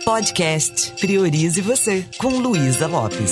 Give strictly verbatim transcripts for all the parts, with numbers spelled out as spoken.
Podcast Priorize Você, com Luísa Lopes.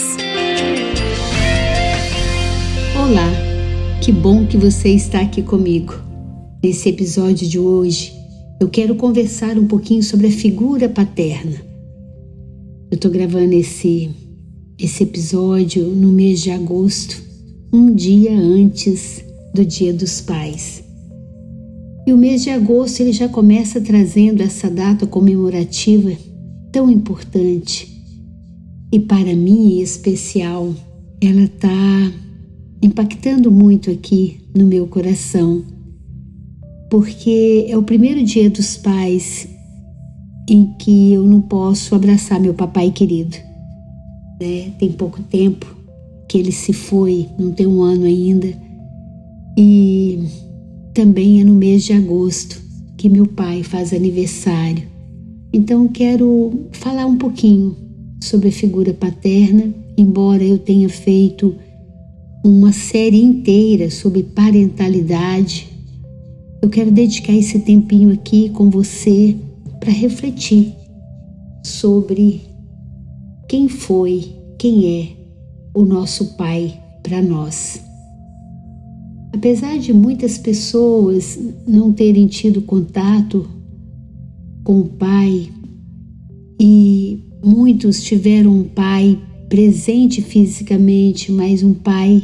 Olá, que bom que você está aqui comigo. Nesse episódio de hoje, eu quero conversar um pouquinho sobre a figura paterna. Eu estou gravando esse, esse episódio no mês de agosto, um dia antes do Dia dos Pais. E o mês de agosto ele já começa trazendo essa data comemorativa tão importante. E para mim, em especial, ela está impactando muito aqui no meu coração, porque é o primeiro Dia dos Pais em que eu não posso abraçar meu papai querido, né? Tem pouco tempo que ele se foi, não tem um ano ainda, e também é no mês de agosto que meu pai faz aniversário. Então quero falar um pouquinho sobre a figura paterna, embora eu tenha feito uma série inteira sobre parentalidade. Eu quero dedicar esse tempinho aqui com você para refletir sobre quem foi, quem é o nosso pai para nós. Apesar de muitas pessoas não terem tido contato com o pai e muitos tiveram um pai presente fisicamente, mas um pai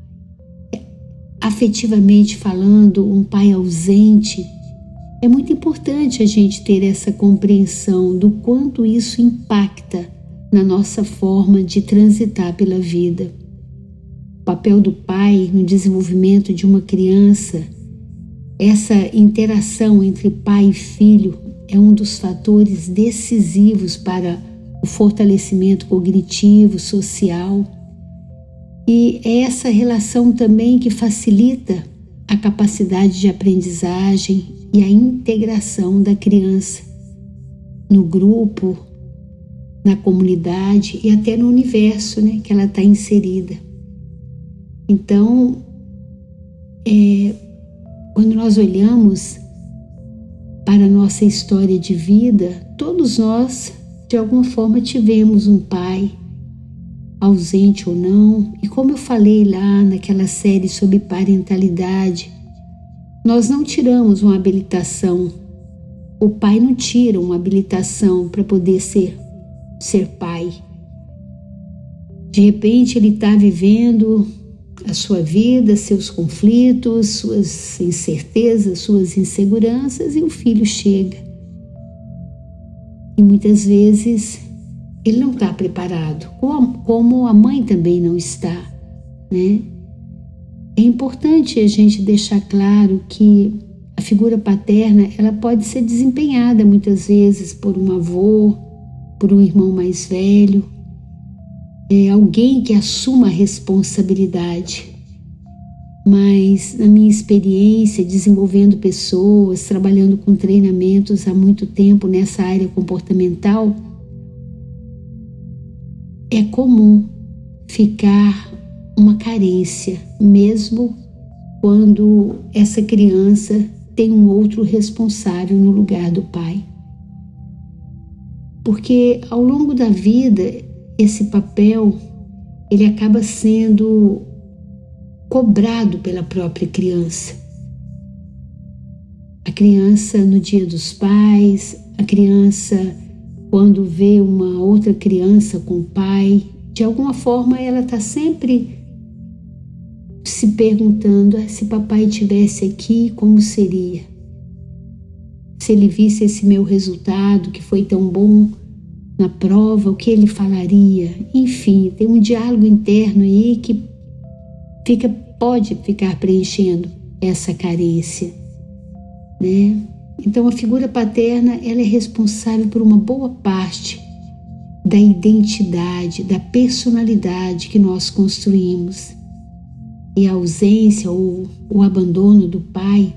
afetivamente falando, um pai ausente, é muito importante a gente ter essa compreensão do quanto isso impacta na nossa forma de transitar pela vida. O papel do pai no desenvolvimento de uma criança, essa interação entre pai e filho é um dos fatores decisivos para o fortalecimento cognitivo, social, e é essa relação também que facilita a capacidade de aprendizagem e a integração da criança no grupo, na comunidade e até no universo, né, que ela está inserida. Então, é, quando nós olhamos para a nossa história de vida, todos nós, de alguma forma, tivemos um pai, ausente ou não, e como eu falei lá naquela série sobre parentalidade, nós não tiramos uma habilitação, o pai não tira uma habilitação para poder ser, ser pai. De repente ele está vivendo a sua vida, seus conflitos, suas incertezas, suas inseguranças, e o filho chega. E muitas vezes ele não está preparado, como a mãe também não está, né? É importante a gente deixar claro que a figura paterna ela pode ser desempenhada muitas vezes por um avô, por um irmão mais velho, é alguém que assuma a responsabilidade. Mas na minha experiência, desenvolvendo pessoas, trabalhando com treinamentos há muito tempo nessa área comportamental, é comum ficar uma carência, mesmo quando essa criança tem um outro responsável no lugar do pai. Porque ao longo da vida, esse papel ele acaba sendo cobrado pela própria criança. A criança no Dia dos Pais, a criança quando vê uma outra criança com o pai, de alguma forma ela está sempre se perguntando: ah, se papai estivesse aqui, como seria? Se ele visse esse meu resultado que foi tão bom na prova, o que ele falaria? Enfim, tem um diálogo interno aí que fica, pode ficar preenchendo essa carência, né? Então a figura paterna ela é responsável por uma boa parte da identidade, da personalidade que nós construímos. E a ausência ou o abandono do pai,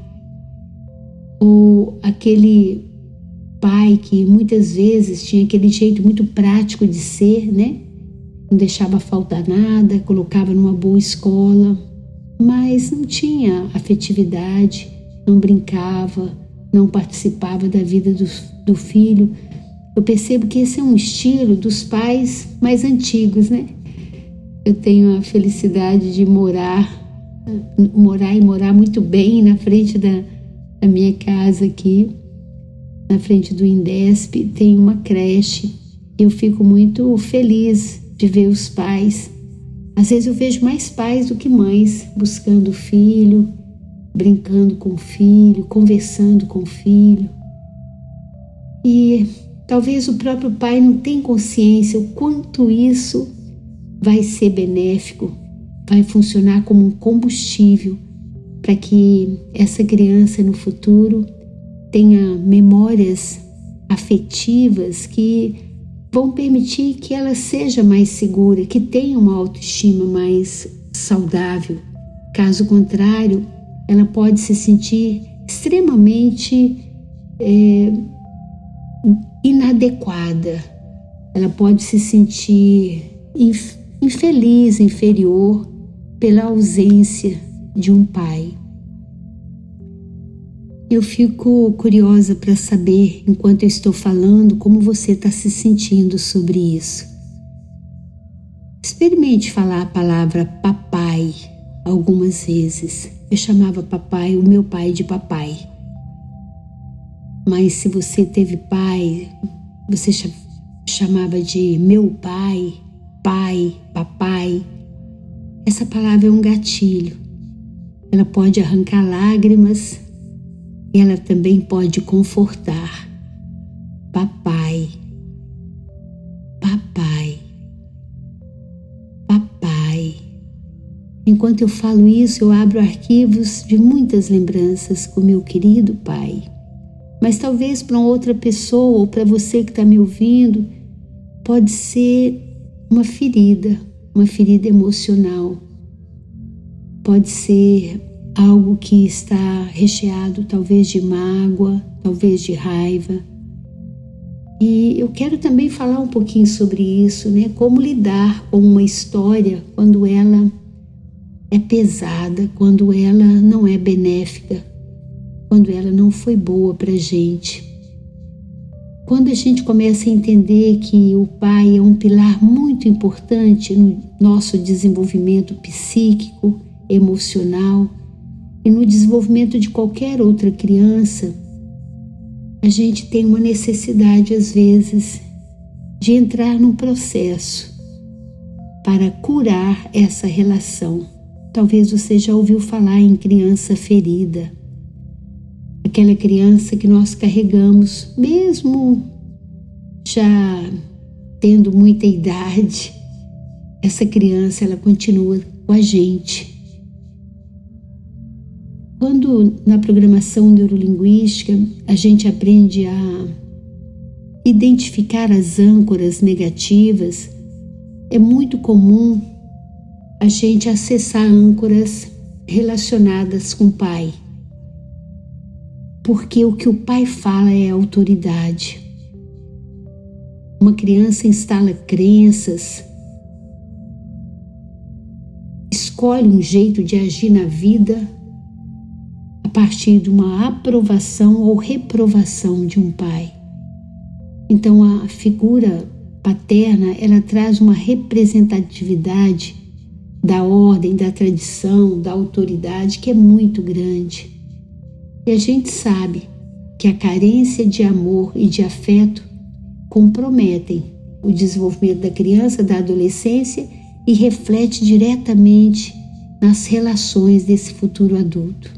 ou aquele pai que muitas vezes tinha aquele jeito muito prático de ser, né? Não deixava faltar nada, colocava numa boa escola, mas não tinha afetividade, não brincava, não participava da vida do, do filho. eu percebo que esse é um estilo dos pais mais antigos, né? Eu tenho a felicidade de morar, morar e morar muito bem na frente da, da minha casa aqui, na frente do Indesp, tem uma creche. Eu fico muito feliz de ver os pais. Às vezes eu vejo mais pais do que mães, buscando o filho, brincando com o filho, conversando com o filho. E talvez o próprio pai não tenha consciência o quanto isso vai ser benéfico, vai funcionar como um combustível para que essa criança no futuro tenha memórias afetivas que vão permitir que ela seja mais segura, que tenha uma autoestima mais saudável. Caso contrário, ela pode se sentir extremamente é, inadequada. Ela pode se sentir inf- infeliz, inferior pela ausência de um pai. Eu fico curiosa para saber, enquanto eu estou falando, como você está se sentindo sobre isso. Experimente falar a palavra papai algumas vezes. Eu chamava papai, o meu pai, de papai. Mas se você teve pai, você chamava de meu pai, pai, papai. Essa palavra é um gatilho. Ela pode arrancar lágrimas, e ela também pode confortar. Papai, papai, papai. Enquanto eu falo isso, eu abro arquivos de muitas lembranças com meu querido pai. Mas talvez para outra pessoa ou para você que está me ouvindo, pode ser uma ferida, uma ferida emocional. Pode ser algo que está recheado talvez de mágoa, talvez de raiva. E eu quero também falar um pouquinho sobre isso, né? Como lidar com uma história quando ela é pesada, quando ela não é benéfica, quando ela não foi boa para a gente. Quando a gente começa a entender que o pai é um pilar muito importante no nosso desenvolvimento psíquico, emocional, e no desenvolvimento de qualquer outra criança, a gente tem uma necessidade, às vezes, de entrar num processo para curar essa relação. Talvez você já ouviu falar em criança ferida. Aquela criança que nós carregamos, mesmo já tendo muita idade, essa criança, ela continua com a gente. Quando na programação neurolinguística a gente aprende a identificar as âncoras negativas, é muito comum a gente acessar âncoras relacionadas com o pai. Porque o que o pai fala é autoridade. Uma criança instala crenças, escolhe um jeito de agir na vida a partir de uma aprovação ou reprovação de um pai. Então a figura paterna, ela traz uma representatividade da ordem, da tradição, da autoridade que é muito grande. E a gente sabe que a carência de amor e de afeto comprometem o desenvolvimento da criança, da adolescência e reflete diretamente nas relações desse futuro adulto.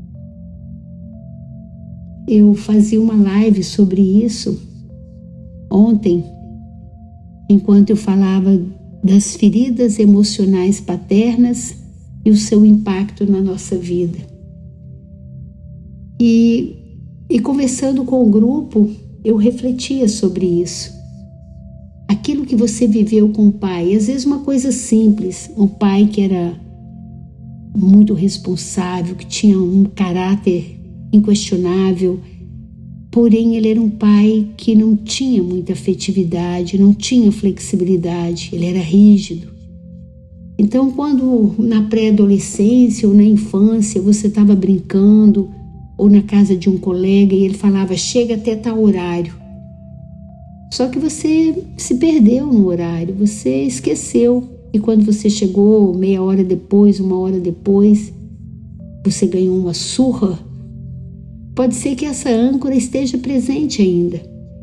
Eu fazia uma live sobre isso ontem, enquanto eu falava das feridas emocionais paternas e o seu impacto na nossa vida. E, e conversando com o grupo, eu refletia sobre isso. Aquilo que você viveu com o pai, às vezes uma coisa simples, um pai que era muito responsável, que tinha um caráter inquestionável, porém ele era um pai que não tinha muita afetividade, não tinha flexibilidade, ele era rígido. Então, quando na pré-adolescência ou na infância você estava brincando ou na casa de um colega e ele falava, chega até tal horário, Só que você se perdeu no horário, você esqueceu. E quando você chegou meia hora depois, uma hora depois, você ganhou uma surra. Pode ser que essa âncora esteja presente ainda.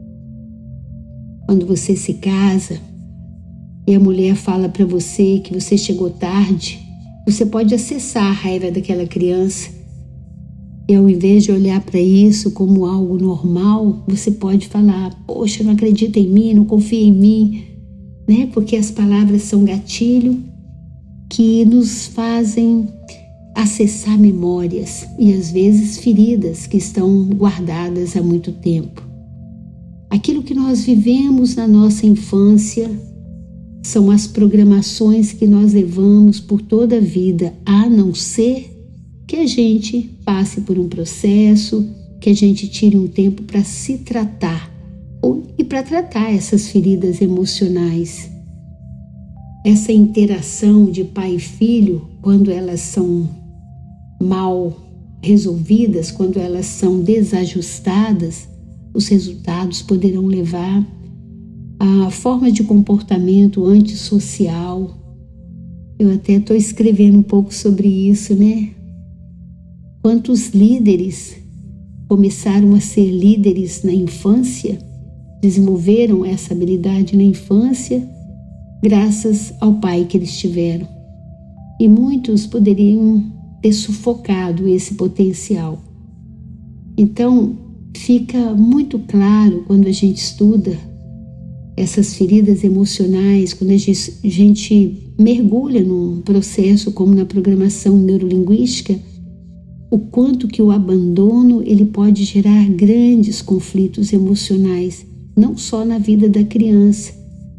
Quando você se casa e a mulher fala para você que você chegou tarde, você pode acessar a raiva daquela criança. E ao invés de olhar para isso como algo normal, você pode falar: poxa, não acredita em mim, não confia em mim, né? Porque as palavras são gatilho que nos fazem acessar memórias e às vezes feridas que estão guardadas há muito tempo. Aquilo que nós vivemos na nossa infância são as programações que nós levamos por toda a vida, a não ser que a gente passe por um processo, que a gente tire um tempo para se tratar ou, e para tratar essas feridas emocionais. Essa interação de pai e filho, quando elas são mal resolvidas, quando elas são desajustadas, os resultados poderão levar a forma de comportamento antissocial. Eu até estou escrevendo um pouco sobre isso, né? Quantos líderes começaram a ser líderes na infância, desenvolveram essa habilidade na infância, graças ao pai que eles tiveram. E muitos poderiam ter sufocado esse potencial. Então, fica muito claro quando a gente estuda essas feridas emocionais, quando a gente, a gente mergulha num processo como na programação neurolinguística, o quanto que o abandono ele pode gerar grandes conflitos emocionais, não só na vida da criança,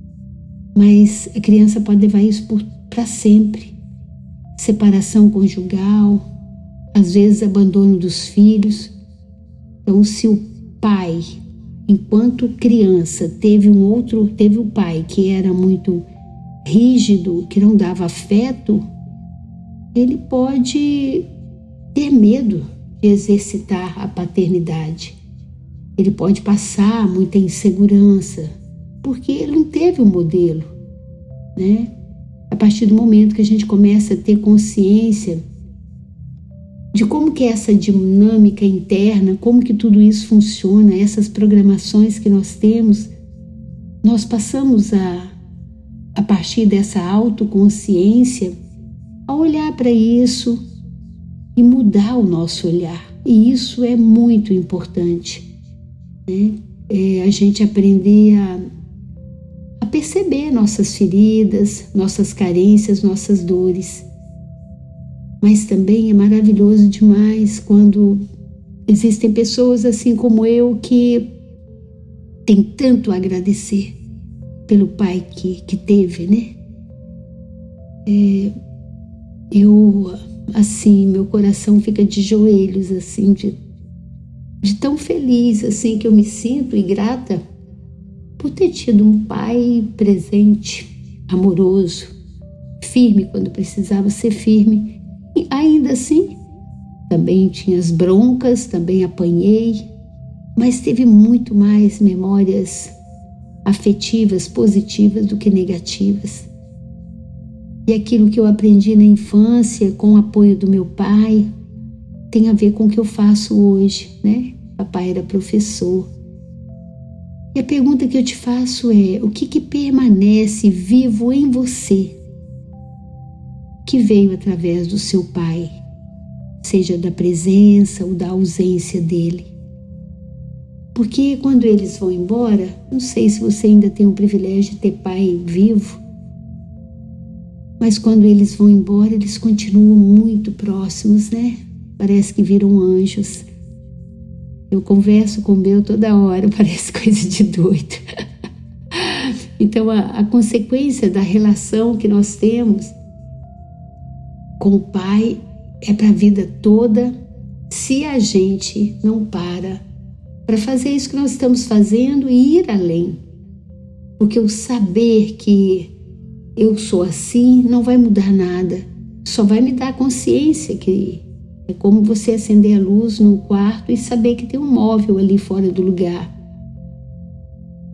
mas a criança pode levar isso para sempre. Separação conjugal, às vezes abandono dos filhos. Então, se o pai, enquanto criança, teve um outro, teve o pai que era muito rígido, que não dava afeto, ele pode ter medo de exercitar a paternidade. Ele pode passar muita insegurança, porque ele não teve um modelo, né? A partir do momento que a gente começa a ter consciência de como que é essa dinâmica interna, como que tudo isso funciona, essas programações que nós temos, nós passamos a, a partir dessa autoconsciência, a olhar para isso e mudar o nosso olhar. E isso é muito importante, né? É a gente aprender a, a perceber nossas feridas, nossas carências, nossas dores. Mas também é maravilhoso demais quando existem pessoas assim como eu que tem tanto a agradecer pelo pai que, que teve, né? É, eu, assim, meu coração fica de joelhos, assim, de, de tão feliz, assim, que eu me sinto e grata por ter tido um pai presente, amoroso, firme quando precisava ser firme. E ainda assim, também tinha as broncas, também apanhei, mas teve muito mais memórias afetivas, positivas do que negativas. E aquilo que eu aprendi na infância, com o apoio do meu pai, tem a ver com o que eu faço hoje, né? Papai era professor. E a pergunta que eu te faço é: o que que permanece vivo em você, que veio através do seu pai, seja da presença ou da ausência dele? Porque quando eles vão embora, não sei se você ainda tem o privilégio de ter pai vivo, mas quando eles vão embora, eles continuam muito próximos, né? Parece que viram anjos. Eu converso com o meu toda hora, parece coisa de doido. Então, a, a consequência da relação que nós temos com o pai é para a vida toda, se a gente não para para fazer isso que nós estamos fazendo e ir além. Porque o saber que eu sou assim não vai mudar nada, só vai me dar consciência que é como você acender a luz no quarto e saber que tem um móvel ali fora do lugar.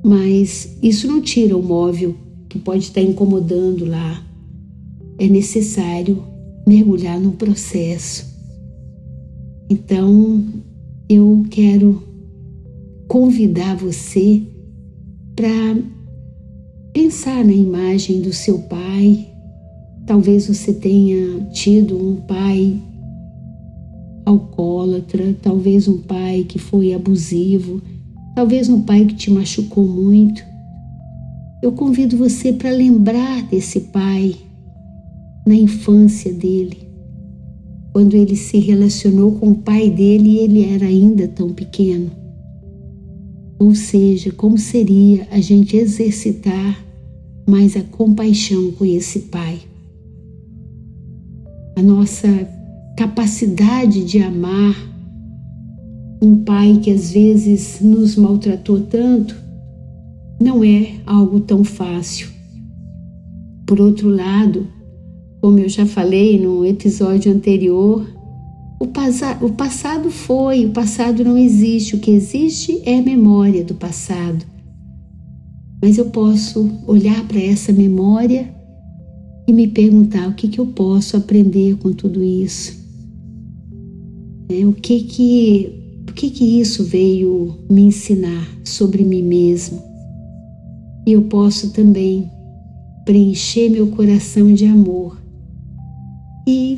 mas isso não tira o móvel que pode estar incomodando lá. É necessário mergulhar num processo. Então, eu quero convidar você para pensar na imagem do seu pai. Talvez você tenha tido um pai alcoólatra, talvez um pai que foi abusivo, talvez um pai que te machucou muito. Eu convido você para lembrar desse pai na infância dele, quando ele se relacionou com o pai dele e ele era ainda tão pequeno. Ou seja, como seria a gente exercitar mais a compaixão com esse pai? A nossa capacidade de amar um pai que às vezes nos maltratou tanto não é algo tão fácil. Por outro lado, como eu já falei no episódio anterior, o, passa- o passado foi, o passado não existe. O que existe é a memória do passado. Mas eu posso olhar para essa memória e me perguntar o que, que eu posso aprender com tudo isso. É, o que que, o que que isso veio me ensinar sobre mim mesmo? E eu posso também preencher meu coração de amor e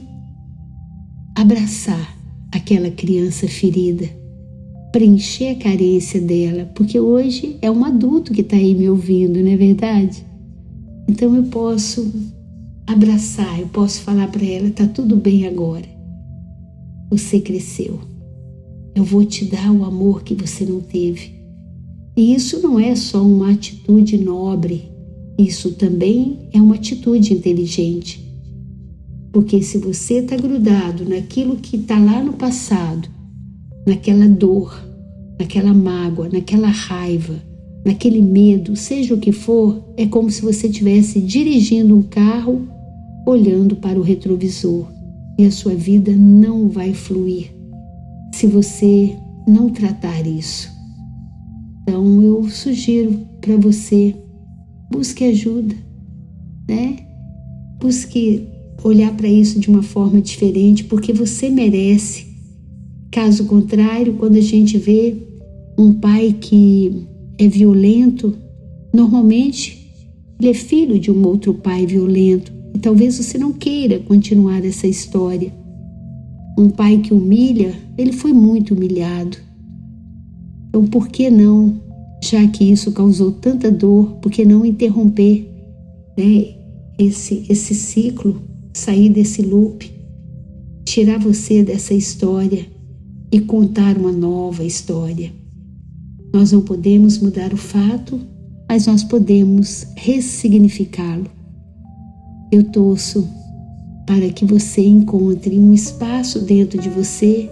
abraçar aquela criança ferida, preencher a carência dela, porque hoje é um adulto que está aí me ouvindo, não é verdade? Então eu posso abraçar, eu posso falar para ela, tá tudo bem agora, você cresceu, eu vou te dar o amor que você não teve. E isso não é só uma atitude nobre, isso também é uma atitude inteligente. Porque se você está grudado naquilo que está lá no passado, naquela dor, naquela mágoa, naquela raiva, naquele medo, seja o que for, é como se você estivesse dirigindo um carro olhando para o retrovisor e a sua vida não vai fluir se você não tratar isso. Então eu sugiro para você, busque ajuda, né? Busque olhar para isso de uma forma diferente, porque você merece. Caso contrário, quando a gente vê um pai que é violento, normalmente ele é filho de um outro pai violento e talvez você não queira continuar essa história. Um pai que humilha, ele foi muito humilhado. Então, por que não, já que isso causou tanta dor, por que não interromper, né, esse, esse ciclo, sair desse loop, tirar você dessa história e contar uma nova história? Nós não podemos mudar o fato, mas nós podemos ressignificá-lo. Eu torço para que você encontre um espaço dentro de você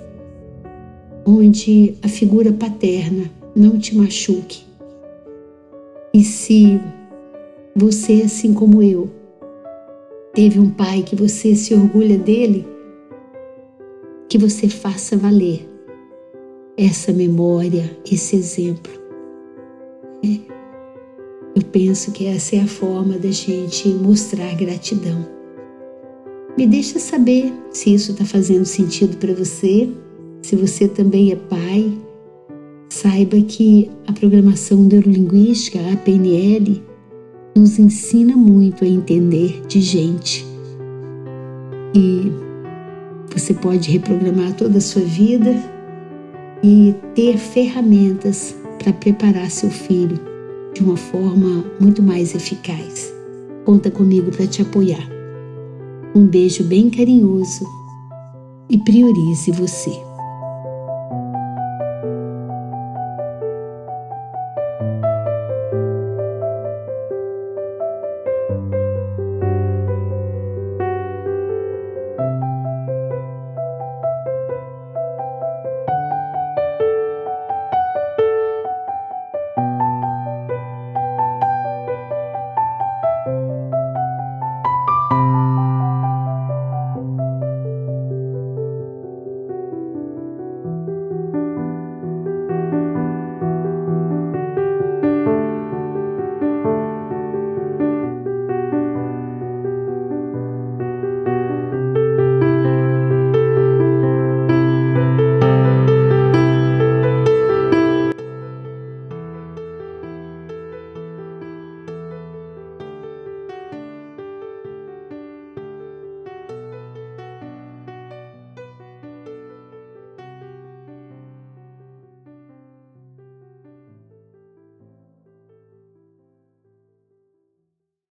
onde a figura paterna não te machuque. E se você, assim como eu, teve um pai que você se orgulha dele, que você faça valer essa memória, esse exemplo. É. Eu penso que essa é a forma da gente mostrar gratidão. Me deixa saber se isso está fazendo sentido para você. Se você também é pai, saiba que a programação neurolinguística, a P N L, nos ensina muito a entender de gente. E você pode reprogramar toda a sua vida e ter ferramentas para preparar seu filho de uma forma muito mais eficaz. Conta comigo para te apoiar. Um beijo bem carinhoso e priorize você.